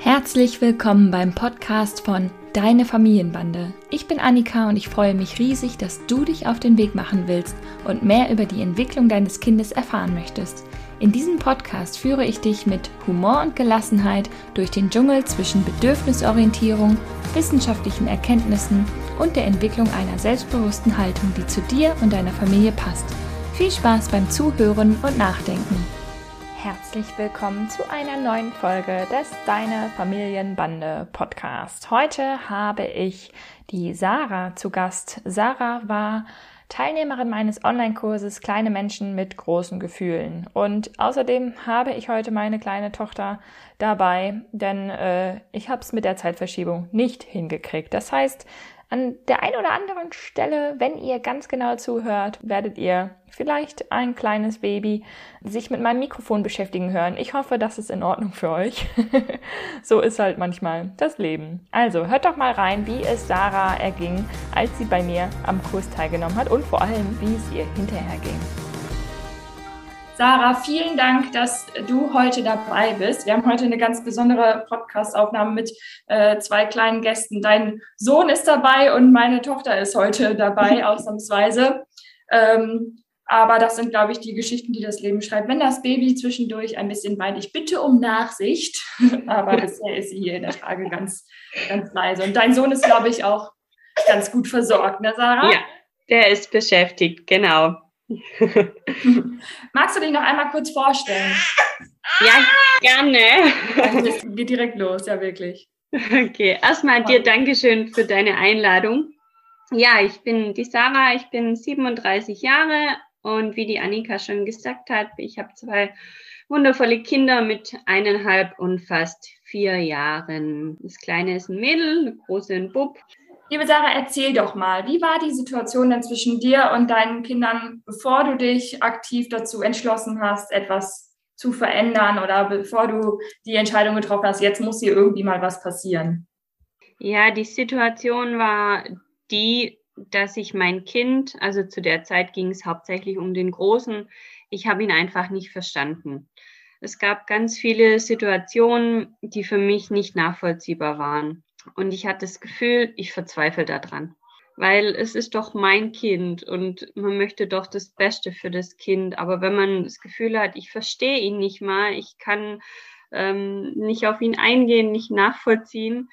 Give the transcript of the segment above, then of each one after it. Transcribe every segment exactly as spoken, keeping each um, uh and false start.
Herzlich willkommen beim Podcast von Deine Familienbande. Ich bin Annika und ich freue mich riesig, dass du dich auf den Weg machen willst und mehr über die Entwicklung deines Kindes erfahren möchtest. In diesem Podcast führe ich dich mit Humor und Gelassenheit durch den Dschungel zwischen Bedürfnisorientierung, wissenschaftlichen Erkenntnissen und der Entwicklung einer selbstbewussten Haltung, die zu dir und deiner Familie passt. Viel Spaß beim Zuhören und Nachdenken. Herzlich willkommen zu einer neuen Folge des Deine Familienbande Podcast. Heute habe ich die Sarah zu Gast. Sarah war Teilnehmerin meines Online-Kurses Kleine Menschen mit großen Gefühlen. Und außerdem habe ich heute meine kleine Tochter dabei, denn äh, ich habe es mit der Zeitverschiebung nicht hingekriegt. Das heißt, an der einen oder anderen Stelle, wenn ihr ganz genau zuhört, werdet ihr vielleicht ein kleines Baby sich mit meinem Mikrofon beschäftigen hören. Ich hoffe, das ist in Ordnung für euch. So ist halt manchmal das Leben. Also hört doch mal rein, wie es Sarah erging, als sie bei mir am Kurs teilgenommen hat und vor allem, wie es ihr hinterher ging. Sarah, vielen Dank, dass du heute dabei bist. Wir haben heute eine ganz besondere Podcast-Aufnahme mit äh, zwei kleinen Gästen. Dein Sohn ist dabei und meine Tochter ist heute dabei, ausnahmsweise. Ähm, aber das sind, glaube ich, die Geschichten, die das Leben schreibt. Wenn das Baby zwischendurch ein bisschen weint, ich bitte um Nachsicht. Aber bisher ist sie hier in der Trage ganz, ganz leise. Und dein Sohn ist, glaube ich, auch ganz gut versorgt, ne, Sarah? Ja, der ist beschäftigt, genau. Magst du dich noch einmal kurz vorstellen? Ja, gerne. Also das geht direkt los, ja wirklich. Okay, erstmal dir Dankeschön für deine Einladung. Ja, ich bin die Sarah, ich bin siebenunddreißig Jahre und wie die Annika schon gesagt hat, ich habe zwei wundervolle Kinder mit eineinhalb und fast vier Jahren. Das Kleine ist ein Mädel, das Große ein Bub. Liebe Sarah, erzähl doch mal, wie war die Situation denn zwischen dir und deinen Kindern, bevor du dich aktiv dazu entschlossen hast, etwas zu verändern oder bevor du die Entscheidung getroffen hast, jetzt muss hier irgendwie mal was passieren? Ja, die Situation war die, dass ich mein Kind, also zu der Zeit ging es hauptsächlich um den Großen, ich habe ihn einfach nicht verstanden. Es gab ganz viele Situationen, die für mich nicht nachvollziehbar waren. Und ich hatte das Gefühl, ich verzweifle daran, weil es ist doch mein Kind und man möchte doch das Beste für das Kind. Aber wenn man das Gefühl hat, ich verstehe ihn nicht mal, ich kann ähm, nicht auf ihn eingehen, nicht nachvollziehen,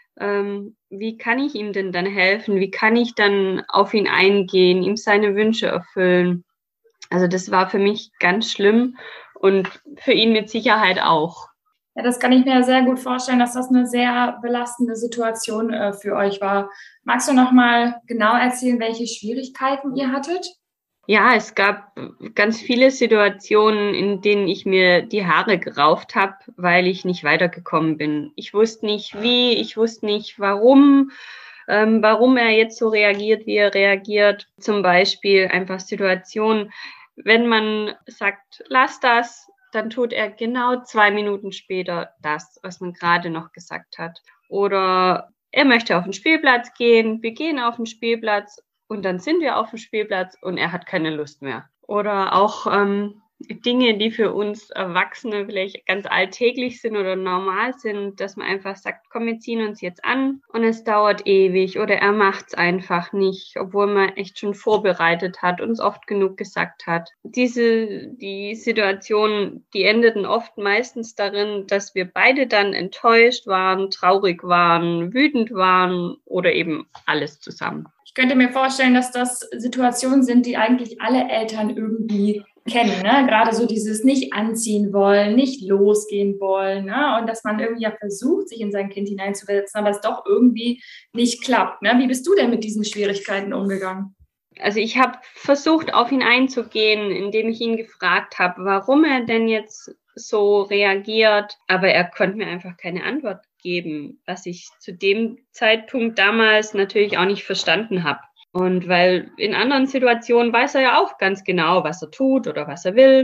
ähm, wie kann ich ihm denn dann helfen? Wie kann ich dann auf ihn eingehen, ihm seine Wünsche erfüllen? Also das war für mich ganz schlimm und für ihn mit Sicherheit auch. Ja, das kann ich mir sehr gut vorstellen, dass das eine sehr belastende Situation äh, für euch war. Magst du noch mal genau erzählen, welche Schwierigkeiten ihr hattet? Ja, es gab ganz viele Situationen, in denen ich mir die Haare gerauft habe, weil ich nicht weitergekommen bin. Ich wusste nicht wie, ich wusste nicht warum, ähm, warum er jetzt so reagiert, wie er reagiert. Zum Beispiel einfach Situationen, wenn man sagt, lass das, dann tut er genau zwei Minuten später das, was man gerade noch gesagt hat. Oder er möchte auf den Spielplatz gehen, wir gehen auf den Spielplatz und dann sind wir auf dem Spielplatz und er hat keine Lust mehr. Oder auch ähm, Dinge, die für uns Erwachsene vielleicht ganz alltäglich sind oder normal sind, dass man einfach sagt, komm, wir ziehen uns jetzt an und es dauert ewig oder er macht es einfach nicht, obwohl man echt schon vorbereitet hat und es oft genug gesagt hat. Diese, die Situationen, die endeten oft meistens darin, dass wir beide dann enttäuscht waren, traurig waren, wütend waren oder eben alles zusammen. Ich könnte mir vorstellen, dass das Situationen sind, die eigentlich alle Eltern irgendwie kennen, ne? Gerade so dieses nicht anziehen wollen, nicht losgehen wollen, ne? Und dass man irgendwie ja versucht, sich in sein Kind hineinzuversetzen, aber es doch irgendwie nicht klappt, ne? Wie bist du denn mit diesen Schwierigkeiten umgegangen? Also ich habe versucht, auf ihn einzugehen, indem ich ihn gefragt habe, warum er denn jetzt so reagiert, aber er konnte mir einfach keine Antwort geben, was ich zu dem Zeitpunkt damals natürlich auch nicht verstanden habe. Und weil in anderen Situationen weiß er ja auch ganz genau, was er tut oder was er will.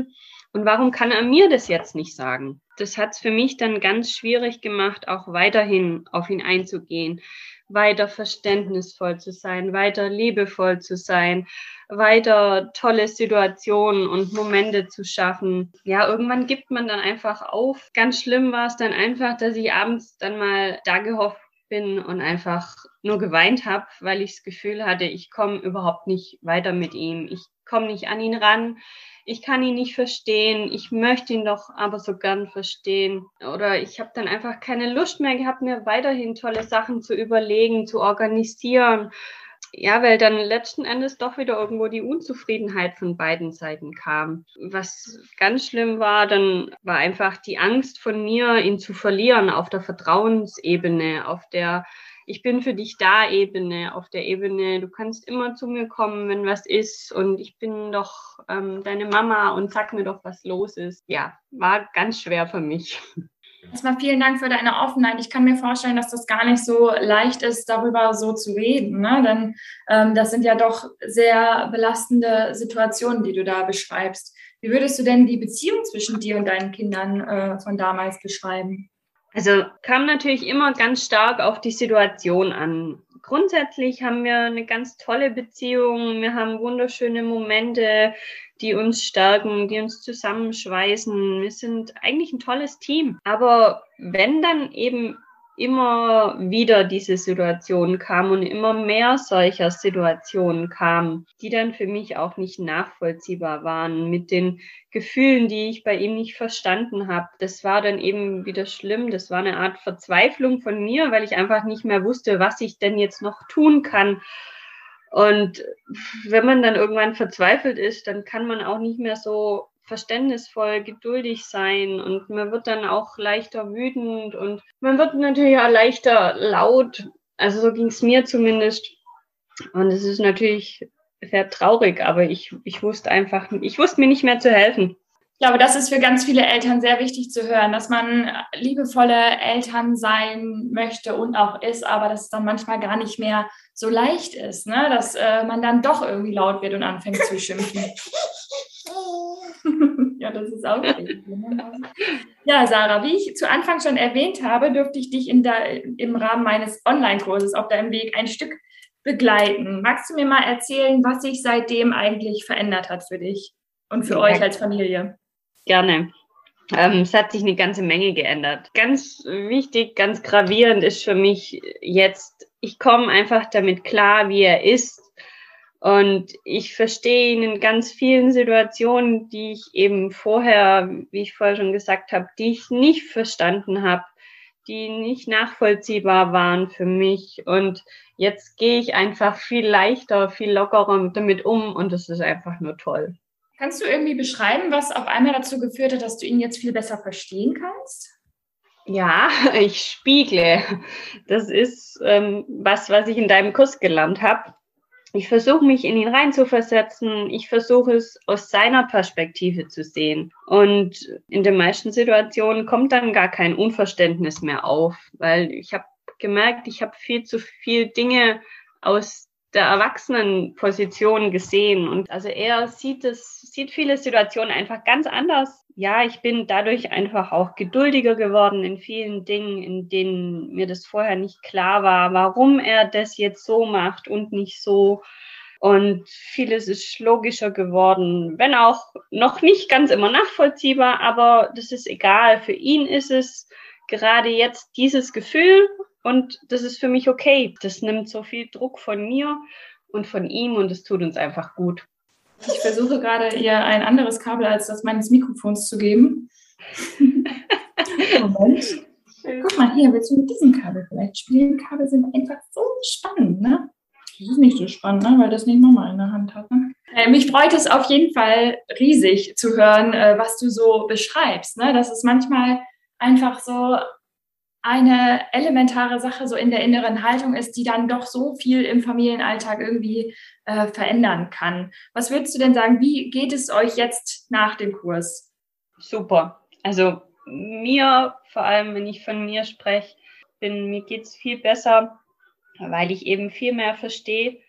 Und warum kann er mir das jetzt nicht sagen? Das hat es für mich dann ganz schwierig gemacht, auch weiterhin auf ihn einzugehen, weiter verständnisvoll zu sein, weiter liebevoll zu sein, weiter tolle Situationen und Momente zu schaffen. Ja, irgendwann gibt man dann einfach auf. Ganz schlimm war es dann einfach, dass ich abends dann mal da gehofft bin und einfach nur geweint habe, weil ich das Gefühl hatte, ich komme überhaupt nicht weiter mit ihm. Ich komme nicht an ihn ran. Ich kann ihn nicht verstehen. Ich möchte ihn doch aber so gern verstehen. Oder ich habe dann einfach keine Lust mehr gehabt, mir weiterhin tolle Sachen zu überlegen, zu organisieren. Ja, weil dann letzten Endes doch wieder irgendwo die Unzufriedenheit von beiden Seiten kam. Was ganz schlimm war, dann war einfach die Angst von mir, ihn zu verlieren auf der Vertrauensebene, auf der Ich bin für dich da Ebene, auf der Ebene, du kannst immer zu mir kommen, wenn was ist und ich bin doch ähm, deine Mama und sag mir doch, was los ist. Ja, war ganz schwer für mich. Erstmal vielen Dank für deine Offenheit. Ich kann mir vorstellen, dass das gar nicht so leicht ist, darüber so zu reden, ne? Denn ähm, das sind ja doch sehr belastende Situationen, die du da beschreibst. Wie würdest du denn die Beziehung zwischen dir und deinen Kindern äh, von damals beschreiben? Also kam natürlich immer ganz stark auf die Situation an. Grundsätzlich haben wir eine ganz tolle Beziehung. Wir haben wunderschöne Momente, die uns stärken, die uns zusammenschweißen. Wir sind eigentlich ein tolles Team. Aber wenn dann eben immer wieder diese Situation kam und immer mehr solcher Situationen kamen, die dann für mich auch nicht nachvollziehbar waren, mit den Gefühlen, die ich bei ihm nicht verstanden habe. Das war dann eben wieder schlimm. Das war eine Art Verzweiflung von mir, weil ich einfach nicht mehr wusste, was ich denn jetzt noch tun kann. Und wenn man dann irgendwann verzweifelt ist, dann kann man auch nicht mehr so verständnisvoll, geduldig sein und man wird dann auch leichter wütend und man wird natürlich auch leichter laut. Also so ging es mir zumindest. Und es ist natürlich sehr traurig, aber ich, ich wusste einfach, ich wusste mir nicht mehr zu helfen. Ich glaube, das ist für ganz viele Eltern sehr wichtig zu hören, dass man liebevolle Eltern sein möchte und auch ist, aber dass es dann manchmal gar nicht mehr so leicht ist, ne? Dass äh, man dann doch irgendwie laut wird und anfängt zu schimpfen. Ja, das ist auch richtig. Ja, Sarah, wie ich zu Anfang schon erwähnt habe, durfte ich dich in der, im Rahmen meines Online-Kurses auf deinem Weg ein Stück begleiten. Magst du mir mal erzählen, was sich seitdem eigentlich verändert hat für dich und für ja. euch als Familie? Gerne. Ähm, es hat sich eine ganze Menge geändert. Ganz wichtig, ganz gravierend ist für mich jetzt, ich komme einfach damit klar, wie er ist. Und ich verstehe ihn in ganz vielen Situationen, die ich eben vorher, wie ich vorher schon gesagt habe, die ich nicht verstanden habe, die nicht nachvollziehbar waren für mich. Und jetzt gehe ich einfach viel leichter, viel lockerer damit um und das ist einfach nur toll. Kannst du irgendwie beschreiben, was auf einmal dazu geführt hat, dass du ihn jetzt viel besser verstehen kannst? Ja, ich spiegle. Das ist ähm, was, was ich in deinem Kurs gelernt habe. Ich versuche mich in ihn reinzuversetzen. Ich versuche es aus seiner Perspektive zu sehen. Und in den meisten Situationen kommt dann gar kein Unverständnis mehr auf, weil ich habe gemerkt, ich habe viel zu viel Dinge aus der Erwachsenenposition gesehen. Und also er sieht es, sieht viele Situationen einfach ganz anders. Ja, ich bin dadurch einfach auch geduldiger geworden in vielen Dingen, in denen mir das vorher nicht klar war, warum er das jetzt so macht und nicht so. Und vieles ist logischer geworden, wenn auch noch nicht ganz immer nachvollziehbar, aber das ist egal. Für ihn ist es gerade jetzt dieses Gefühl und das ist für mich okay. Das nimmt so viel Druck von mir und von ihm und es tut uns einfach gut. Ich versuche gerade ihr ein anderes Kabel als das meines Mikrofons zu geben. Moment. Guck mal hier, willst du mit diesem Kabel vielleicht spielen? Kabel sind einfach so spannend, ne? Das ist nicht so spannend, ne? Weil das nicht Mama in der Hand hat, ne? Äh, mich freut es auf jeden Fall riesig zu hören, äh, was du so beschreibst, ne? Dass es manchmal einfach so eine elementare Sache so in der inneren Haltung ist, die dann doch so viel im Familienalltag irgendwie äh, verändern kann. Was würdest du denn sagen, wie geht es euch jetzt nach dem Kurs? Super. Also mir, vor allem wenn ich von mir spreche, bin, mir geht es viel besser, weil ich eben viel mehr verstehe,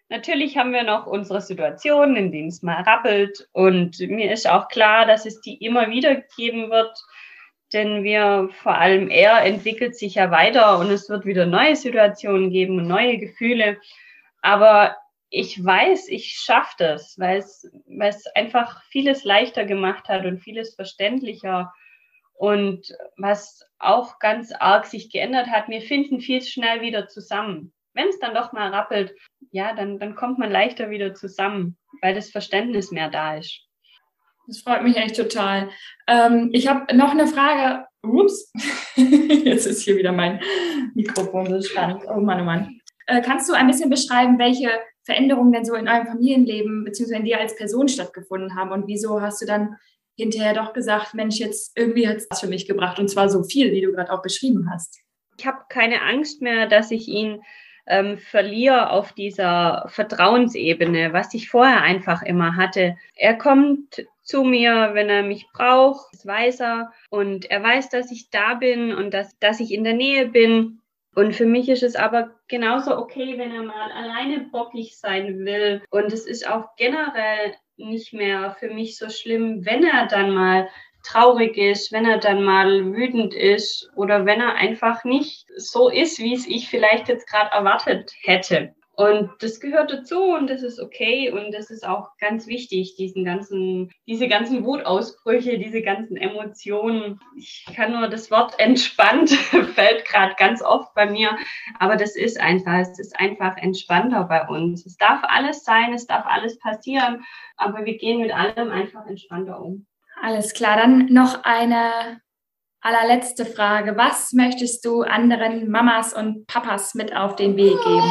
Natürlich haben wir noch unsere Situationen, in denen es mal rappelt. Und mir ist auch klar, dass es die immer wieder geben wird. Denn wir, vor allem er, entwickelt sich ja weiter und es wird wieder neue Situationen geben und neue Gefühle. Aber ich weiß, ich schaffe das, weil es, weil es einfach vieles leichter gemacht hat und vieles verständlicher. Und was auch ganz arg sich geändert hat, wir finden viel schnell wieder zusammen. Wenn es dann doch mal rappelt, ja, dann, dann kommt man leichter wieder zusammen, weil das Verständnis mehr da ist. Das freut mich echt total. Ähm, ich habe noch eine Frage. Ups, jetzt ist hier wieder mein Mikrofon so spannend. Oh Mann, oh Mann. Äh, kannst du ein bisschen beschreiben, welche Veränderungen denn so in eurem Familienleben bzw. in dir als Person stattgefunden haben und wieso hast du dann hinterher doch gesagt, Mensch, jetzt irgendwie hat es das für mich gebracht und zwar so viel, wie du gerade auch beschrieben hast? Ich habe keine Angst mehr, dass ich ihn ähm, verliere auf dieser Vertrauensebene, was ich vorher einfach immer hatte. Er kommt zu mir, wenn er mich braucht, das weiß er und er weiß, dass ich da bin und dass, dass ich in der Nähe bin. Und für mich ist es aber genauso okay, wenn er mal alleine bockig sein will. Und es ist auch generell nicht mehr für mich so schlimm, wenn er dann mal traurig ist, wenn er dann mal wütend ist oder wenn er einfach nicht so ist, wie es ich vielleicht jetzt gerade erwartet hätte. Und das gehört dazu und das ist okay und das ist auch ganz wichtig, diesen ganzen, diese ganzen Wutausbrüche, diese ganzen Emotionen. Ich kann nur das Wort entspannt, fällt gerade ganz oft bei mir, aber das ist einfach, es ist einfach entspannter bei uns. Es darf alles sein, es darf alles passieren, aber wir gehen mit allem einfach entspannter um. Alles klar, dann noch eine allerletzte Frage. Was möchtest du anderen Mamas und Papas mit auf den Weg geben?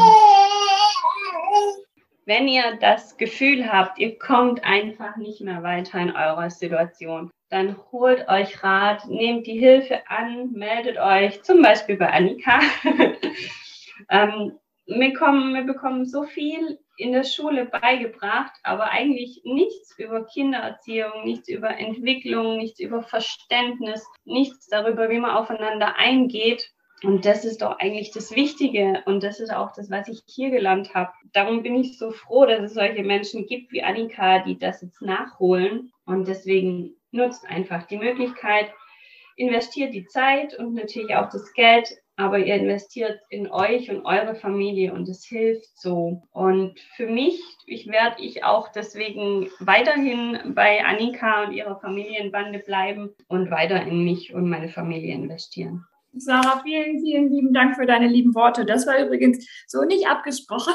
Wenn ihr das Gefühl habt, ihr kommt einfach nicht mehr weiter in eurer Situation, dann holt euch Rat, nehmt die Hilfe an, meldet euch, zum Beispiel bei Annika. ähm, wir, kommen, wir bekommen so viel in der Schule beigebracht, aber eigentlich nichts über Kindererziehung, nichts über Entwicklung, nichts über Verständnis, nichts darüber, wie man aufeinander eingeht. Und das ist doch eigentlich das Wichtige und das ist auch das, was ich hier gelernt habe. Darum bin ich so froh, dass es solche Menschen gibt wie Annika, die das jetzt nachholen. Und deswegen nutzt einfach die Möglichkeit, investiert die Zeit und natürlich auch das Geld, aber ihr investiert in euch und eure Familie und es hilft so. Und für mich, ich werde ich auch deswegen weiterhin bei Annika und ihrer Familienbande bleiben und weiter in mich und meine Familie investieren. Sarah, vielen, vielen lieben Dank für deine lieben Worte. Das war übrigens so nicht abgesprochen.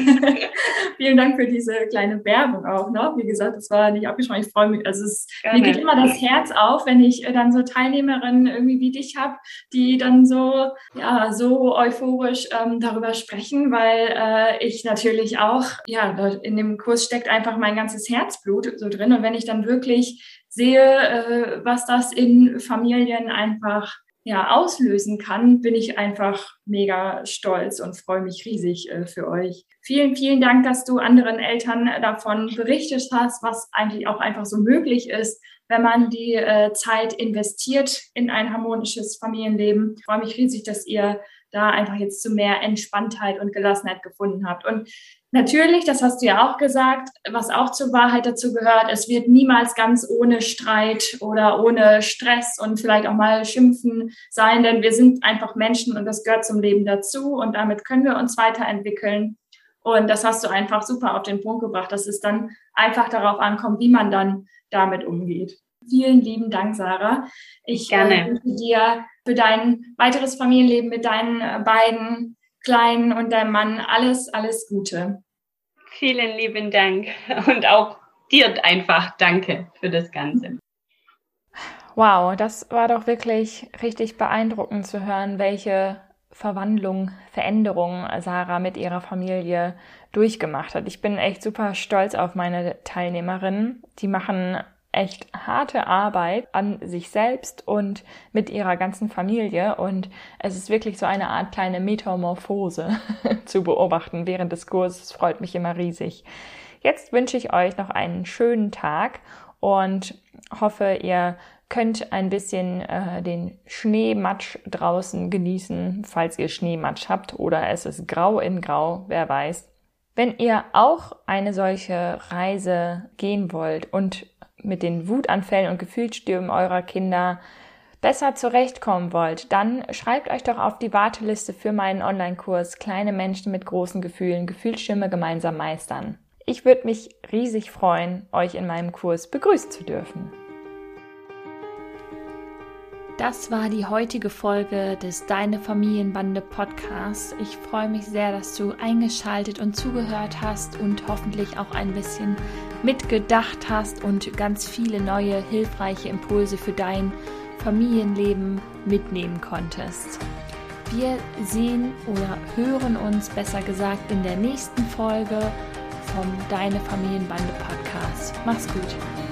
Vielen Dank für diese kleine Werbung auch noch. Wie gesagt, das war nicht abgesprochen. Ich freue mich. Also es, mir geht immer das Herz auf, wenn ich dann so Teilnehmerinnen irgendwie wie dich habe, die dann so, ja, so euphorisch ähm, darüber sprechen, weil äh, ich natürlich auch, ja, in dem Kurs steckt einfach mein ganzes Herzblut so drin. Und wenn ich dann wirklich sehe, äh, was das in Familien einfach ja, auslösen kann, bin ich einfach mega stolz und freue mich riesig äh, für euch. Vielen, vielen Dank, dass du anderen Eltern davon berichtet hast, was eigentlich auch einfach so möglich ist, wenn man die äh, Zeit investiert in ein harmonisches Familienleben. Ich freue mich riesig, dass ihr da einfach jetzt zu mehr Entspanntheit und Gelassenheit gefunden habt. Und natürlich, das hast du ja auch gesagt, was auch zur Wahrheit dazu gehört, es wird niemals ganz ohne Streit oder ohne Stress und vielleicht auch mal Schimpfen sein, denn wir sind einfach Menschen und das gehört zum Leben dazu und damit können wir uns weiterentwickeln. Und das hast du einfach super auf den Punkt gebracht, dass es dann einfach darauf ankommt, wie man dann damit umgeht. Vielen lieben Dank, Sarah. Ich Gerne. wünsche dir für dein weiteres Familienleben mit deinen beiden Kleinen und deinem Mann alles, alles Gute. Vielen lieben Dank und auch dir einfach danke für das Ganze. Wow, das war doch wirklich richtig beeindruckend zu hören, welche Verwandlung, Veränderung Sarah mit ihrer Familie durchgemacht hat. Ich bin echt super stolz auf meine Teilnehmerinnen. Die machen echt harte Arbeit an sich selbst und mit ihrer ganzen Familie und es ist wirklich so eine Art kleine Metamorphose zu beobachten während des Kurses. Das freut mich immer riesig. Jetzt wünsche ich euch noch einen schönen Tag und hoffe, ihr könnt ein bisschen äh, den Schneematsch draußen genießen, falls ihr Schneematsch habt oder es ist grau in grau, wer weiß. Wenn ihr auch eine solche Reise gehen wollt und mit den Wutanfällen und Gefühlsstürmen eurer Kinder besser zurechtkommen wollt, dann schreibt euch doch auf die Warteliste für meinen Online-Kurs Kleine Menschen mit großen Gefühlen, Gefühlsstürme gemeinsam meistern. Ich würde mich riesig freuen, euch in meinem Kurs begrüßen zu dürfen. Das war die heutige Folge des Deine Familienbande Podcasts. Ich freue mich sehr, dass du eingeschaltet und zugehört hast und hoffentlich auch ein bisschen mitgedacht hast und ganz viele neue, hilfreiche Impulse für dein Familienleben mitnehmen konntest. Wir sehen oder hören uns, besser gesagt, in der nächsten Folge vom Deine Familienbande Podcast. Mach's gut!